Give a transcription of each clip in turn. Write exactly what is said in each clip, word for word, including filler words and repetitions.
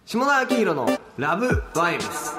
下田明宏のラブバイブス。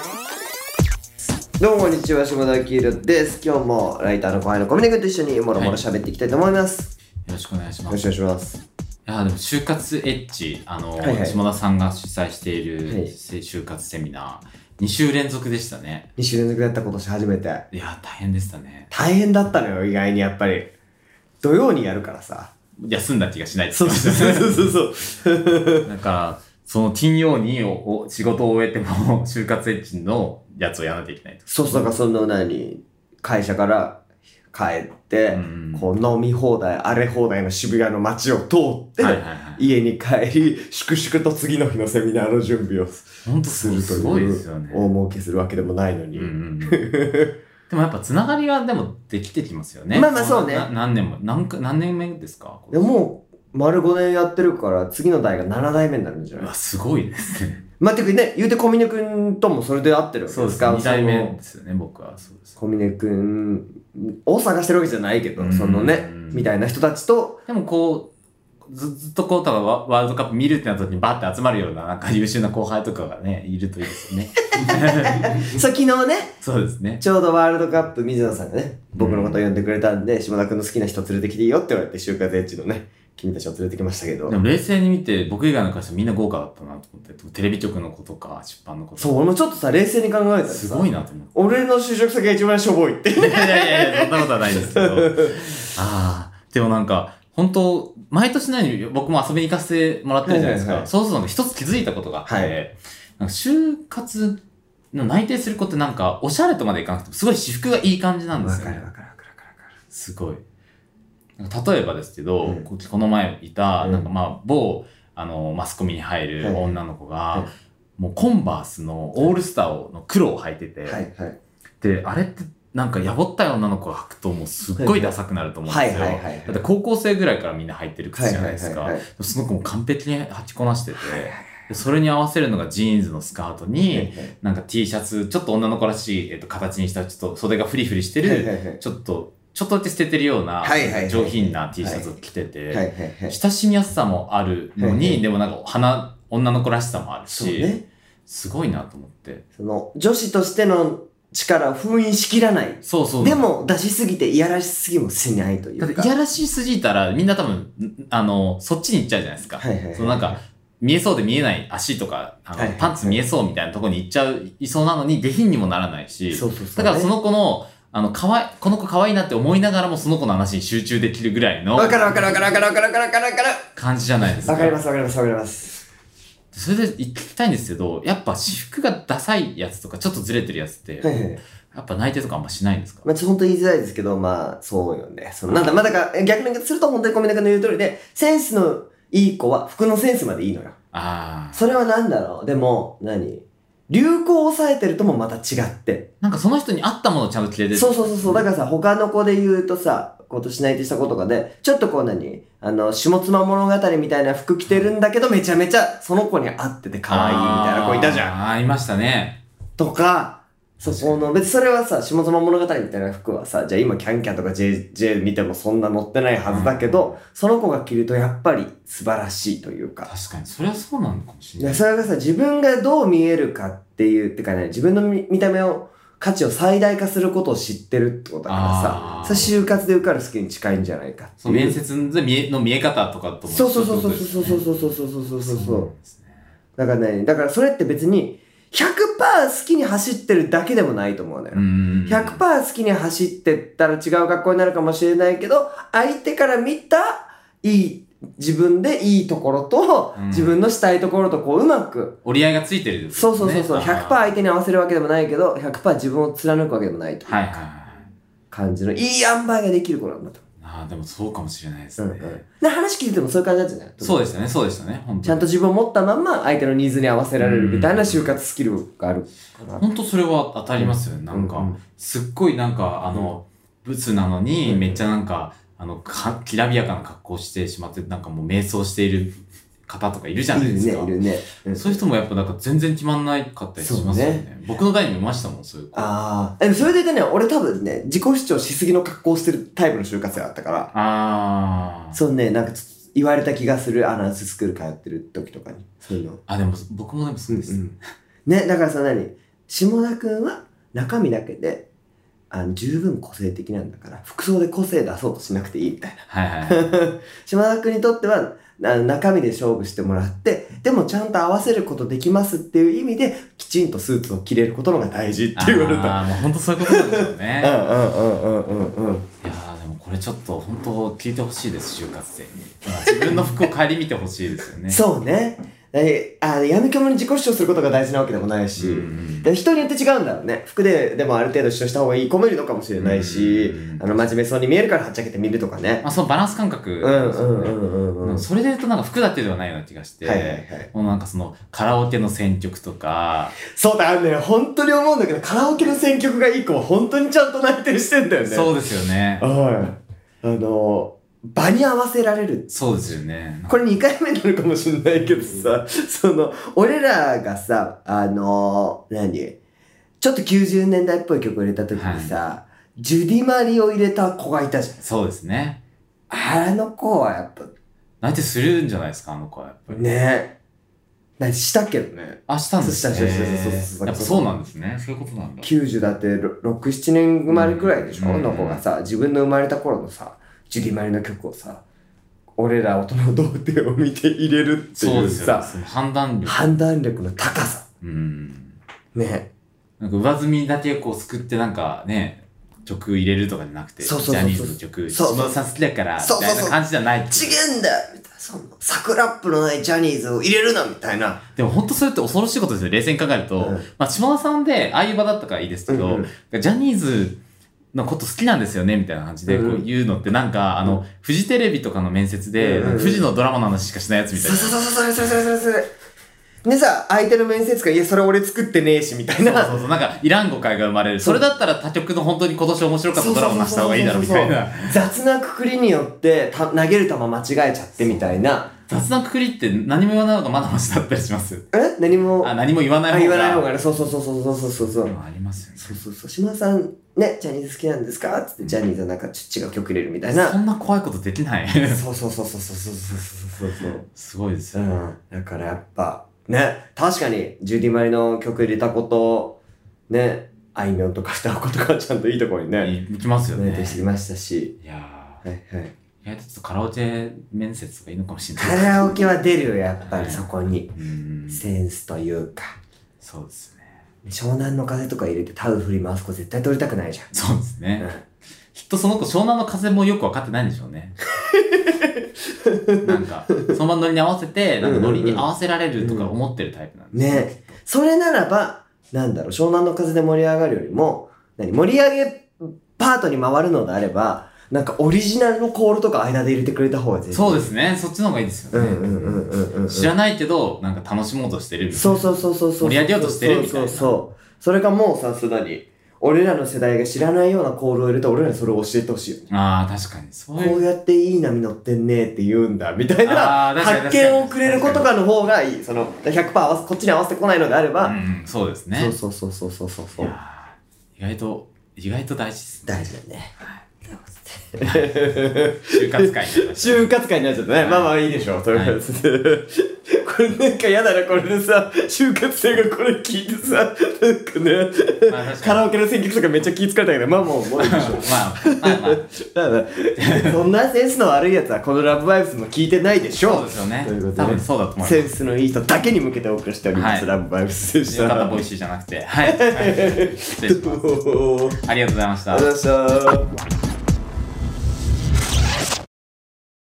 どうもこんにちは、下田明宏です。今日もライターの後輩の小峰君と一緒にもろもろ喋っていきたいと思います、 よろしくお願いしよろします。 くお願いします。 いやでも就活エッジ、あの、 はいはい、 下田さんが主催している、 はい、 就活セミナーに週連続でしたね。 に週連続やった今年初めて。 いや大変でしたね。 大変だったのよ、意外に。やっぱり土曜にやるからさ、 休んだ気がしないですそうそうそうそうそうだからその金曜におお仕事を終えても就活エッジのやつをやらなきゃいけないと。 そうそう、だからその何会社から帰って、うん、こう飲み放題荒れ放題の渋谷の街を通って、はいはいはい、家に帰り粛々と次の日のセミナーの準備を本当するという、 すごいですよね。 大儲けするわけでもないのに、うんうんでもやっぱつながりがでもできてきますよね。 まあまあそうね。 何年も何か何年目ですか？ いやもう丸ごねんやってるから次の代がなな代目になるんじゃない？ うわすごいですね。 まあてかね、言うて小峰くんともそれで会ってるわけですか？ そうです。に代目ですよね、僕は。そうです。 小峰くんを探してるわけじゃないけど、そのね、みたいな人たちと。 でもこう、ず, ずっとこう、ただワールドカップ見るってなった時にバッて集まるような、なんか優秀な後輩とかがね、いるといいですよね。 そう、昨日ね。 そうですね。 ちょうどワールドカップ、水野さんがね、僕のことを呼んでくれたんで、下田くんの好きな人連れてきていいよって言われて、就活エッジのね、君たちを連れてきましたけど。 でも冷静に見て、僕以外の会社みんな豪華だったなと思って、テレビ局の子とか、出版の子とか。 そう、俺もちょっとさ、冷静に考えたらさ、 すごいなと思って。 俺の就職先が一番しょぼいって。 いやいやいや、そんなことはないですけど。ああ、でもなんか、本当毎年のように僕も遊びに行かせてもらってるじゃないですか。はいはいはい、そうすると一つ気づいたことがあって、はい、なんか就活の内定する子ってなんか、おしゃれとまでいかなくても、すごい私服がいい感じなんですよね。 わかるわかるわかるわかる。 すごい。例えばですけど、うん、この前いた、なんかまあ、某、あの、マスコミに入る女の子が、はいはい、もうコンバースのオールスターの黒を履いてて、はいはい、で、あれってなんかやぼったい女の子が履くともうすっごいダサくなると思うんですよ。だって高校生ぐらいからみんな履いてる靴じゃないですか。はいはいはいはい、その子も完璧に履きこなしてて、でそれに合わせるのがジーンズのスカートに、なんか T シャツ、ちょっと女の子らしい、えっと、形にしたちょっと袖がフリフリしてる、ちょっと、ちょっとだけ捨ててるような上品な T シャツを着てて、親しみやすさもあるのに、でもなんか花、女の子らしさもあるし、ね、すごいなと思って。 その女子としての力を封印しきらない。 そうそう。 でも出しすぎていやらしすぎもしないというか。 だっていやらしすぎたらみんな多分、あの、そっちに行っちゃうじゃないですか。はいはいはいはい、そのなんか、見えそうで見えない足とか、あの、はいはいはい、パンツ見えそうみたいなところに行っちゃう、いそうなのに下品にもならないし、そうそうそう、ね、だからその子の、あの、かわい、この子可愛いなって思いながらもその子の話に集中できるぐらいの。 わかるわかるわかるわかるわかるわかるわかるわかる。 感じじゃないですか。 わかりますわかりますわかります。 それで言ってきたいんですけど、やっぱ私服がダサいやつとかちょっとずれてるやつって、はいはい、やっぱ内定とかあんましないんですか？ まあ、ちょっと本当に言いづらいですけど、まあ、そうよね。その、なんだ、まあ、だから、逆にすると本当に小峰君の言う通りで、センスのいい子は服のセンスまでいいのよ。ああ。それはなんだろう。でも、何流行を抑えてるともまた違って。 なんかその人に合ったものをちゃんと着れてる。 そうそうそうそう。だからさ、他の子で言うとさ、今年内定した子とかで、ちょっとこう何あの、下妻物語みたいな服着てるんだけど、めちゃめちゃその子に合ってて可愛いみたいな子いたじゃん。 ああ、いましたね。 とか、そこの、別にそれはさ、下妻物語みたいな服はさ、じゃあ今キャンキャンとか ジェイジェイ 見てもそんな載ってないはずだけど、うん、その子が着るとやっぱり素晴らしいというか。 確かに、それはそうなのかもしれない。 それがさ、自分がどう見えるかっていう、ってかね、自分の 見, 見た目を、価値を最大化することを知ってるってことだからさ、それ就活で受かる好きに近いんじゃないかっていう。 そう、面接で見えの見え方とかとも、 そうそうそうそうそうそうそうそうそうそうそうそう。だからね、だからそれって別に、ひゃくパーセント 好きに走ってるだけでもないと思うのよ。ひゃくパーセント 好きに走ってったら違う学校になるかもしれないけど、相手から見たいい、自分でいいところと、うん、自分のしたいところとこううまく。 折り合いがついてるですね。 そうそうそうそう。ひゃくパーセント 相手に合わせるわけでもないけど、ひゃくパーセント 自分を貫くわけでもないという。はいはいはい。感じのいい塩梅ができる子なんだと。 ああ、でもそうかもしれないですね。うんうん、 で話聞いててもそういう感じなんじゃない？ そうでしたね、そうでしたね。本当にちゃんと自分を持ったまんま相手のニーズに合わせられるみたいな就活スキルがあるかな。 本当それは当たりますよね。うん、なんか、うん、すっごいなんか、あの、ブスなのに、めっちゃなんか、あの、か、きらびやかな格好をしてしまって、なんかもう瞑想している方とかいるじゃないですか。 いるね、いるね。 うん、そういう人もやっぱなんか全然決まんないかったりしますよね。ね僕の代にもいましたもん、そういう子。 ああ。でもそれで言うとね、俺多分ね、自己主張しすぎの格好をしてるタイプの就活生だったから。ああ。そうね、なんか言われた気がする、アナウンススクール通ってる時とかに。そういうの。 あ、でも僕もでもそうです。うんうん、 ね、だからさ、何下田くんは中身だけで、あの十分個性的なんだから、服装で個性出そうとしなくていいみたいな。 はいはい。 下田くんにとっては、中身で勝負してもらって、でもちゃんと合わせることできますっていう意味で、きちんとスーツを着れることのが大事って言われた。 ああ、もう本当そういうことなんですよね。 うんうんうんうんうんうん。いやーでもこれちょっと本当聞いてほしいです、就活生に。自分の服を顧みてほしいですよね。 そうね。えあやみくもに自己主張することが大事なわけでもないし、うんうん、人によって違うんだろうね。服ででもある程度主張した方がいい子もいるのかもしれないし、うんうん、あの真面目そうに見えるからはっちゃけてみるとかね。 まあそのバランス感覚、ね、うんうんうんうん、それで言うとなんか服だけではないような気がして、はいはいはい、もうなんかそのカラオケの選曲とか、 そうだね、本当に思うんだけどカラオケの選曲がいい子は本当にちゃんと内定してんだよね。 そうですよね。 はい。あの場に合わせられる。 そうですよね。 これにかいめになるかもしれないけどさ、その、俺らがさ、あのー、何ちょっときゅうじゅうねんだいっぽい曲を入れた時にさ、はい、ジュディマリを入れた子がいたじゃん。 そうですね。 あの子はやっぱ。 なんてするんじゃないですか、あの子はやっぱり。 ねえ。なんしたけどね。 あ、したんですね。 したしたしたしたした。 やっぱそうなんですね。そういうことなんだ。 きゅうじゅうだってろく、ななねん生まれくらいでしょ、うん、の子がさ、自分の生まれた頃のさ、ジュディマリの曲をさ、俺ら大人の童貞を見て入れるっていうさ、 そうですよ、判断力。 判断力の高さ。 うん。 ね。 なんか上積みだけこう救ってなんかね、曲入れるとかじゃなくて、 そうそうそうそう、 ジャニーズの曲、下田さん好きだから、みたいな感じじゃない。 ちげんだみたいな。その、サクラップのないジャニーズを入れるなみたいな。 でも本当それって恐ろしいことですよ、冷静に考えると。うん、まあ、下田さんで、ああいう場だったからいいですけど、うんうん、ジャニーズ、のこと好きなんですよねみたいな感じでこう言うのってなんか、うん、あのフジテレビとかの面接で、うん、フジのドラマの話しかしないやつみたいな。 そうそうそうそうそうそうそうそう。でさ、相手の面接官、いや、それ俺作ってねえし、みたいな。 そうそうそう、なんか、いらん誤解が生まれる。それだったら他局の本当に今年面白かったドラマ出した方がいいだろ、みたいな。 雑なくくりによってた、投げる球間違えちゃってみたいな。 雑なくくりって何も言わない方がまだマシだったりします。 え何も。 あ、何も言わない方が。 言わない方がね、そうそうそうそうそうそうそう。 ありますよね。 そうそうそう。島田さん、ね、ジャニーズ好きなんですかつって、ジャニーズはなんか違う曲入れるみたいな。 そんな怖いことできない。 そうそうそうそうそうそうそうそう。 すごいですよ。 うん。だからやっぱ、ね、確かに、ジュディマリの曲入れたこと、ね、あいみょんとか歌うことがちゃんといいところにね。 行きますよね。 できましたし。 いやー。はいはい。 意外とちょっとカラオケ面接がいいのかもしれない。 カラオケは出るよ、やっぱりそこに。センスというか。 そうですね。 湘南の風とか入れてタオル振り回す子絶対撮りたくないじゃん。 そうですね。うん、きっとその子湘南の風もよく分かってないんでしょうね。なんか、その場のノリに合わせて、なんかノリに合わせられるとか思ってるタイプなんですね。ね。それならば、なんだろう、湘南の風で盛り上がるよりも、何、盛り上げパートに回るのであれば、なんかオリジナルのコールとか間で入れてくれた方が全然。 そうですね。そっちの方がいいですよね。 うんうんうんうんうん。 知らないけど、なんか楽しもうとしてるみたいな。 そうそうそうそうそう。 盛り上げようとしてるみたいな。 そうそうそう。それがもうさすがに、俺らの世代が知らないようなコールを入れて俺らにそれを教えてほしいよね。 ああ、確かに。 そういうこうやっていい波乗ってんねって言うんだ、みたいな発見をくれることかの方がいい。その、ひゃくパーセント合わせ、こっちに合わせてこないのであれば。 うん、そうですね。 そうそうそうそうそうそう。いや意外と、意外と大事ですね。大事だね。はい。 就活会になっちゃった。 就活会になっちゃったね。まあまあいいでしょう。ということで。これなんか嫌だな、これでさ、就活生がこれ聞いてさ、なんかね、まあ、カラオケの選曲とかめっちゃ気ぃ使ったけど、まあもう、もういいでしょ。 まあ、まあまあ。 そんなセンスの悪いやつはこのラブバイブスも聞いてないでしょう。 そうですよね。 ということで、 多分そうだと思います。 センスのいい人だけに向けてお送りしております、はい、ラブバイブスでした。 片ボイシーじゃなくて。はい。はい、失礼します。ありがとうございました。 ありがとうございました。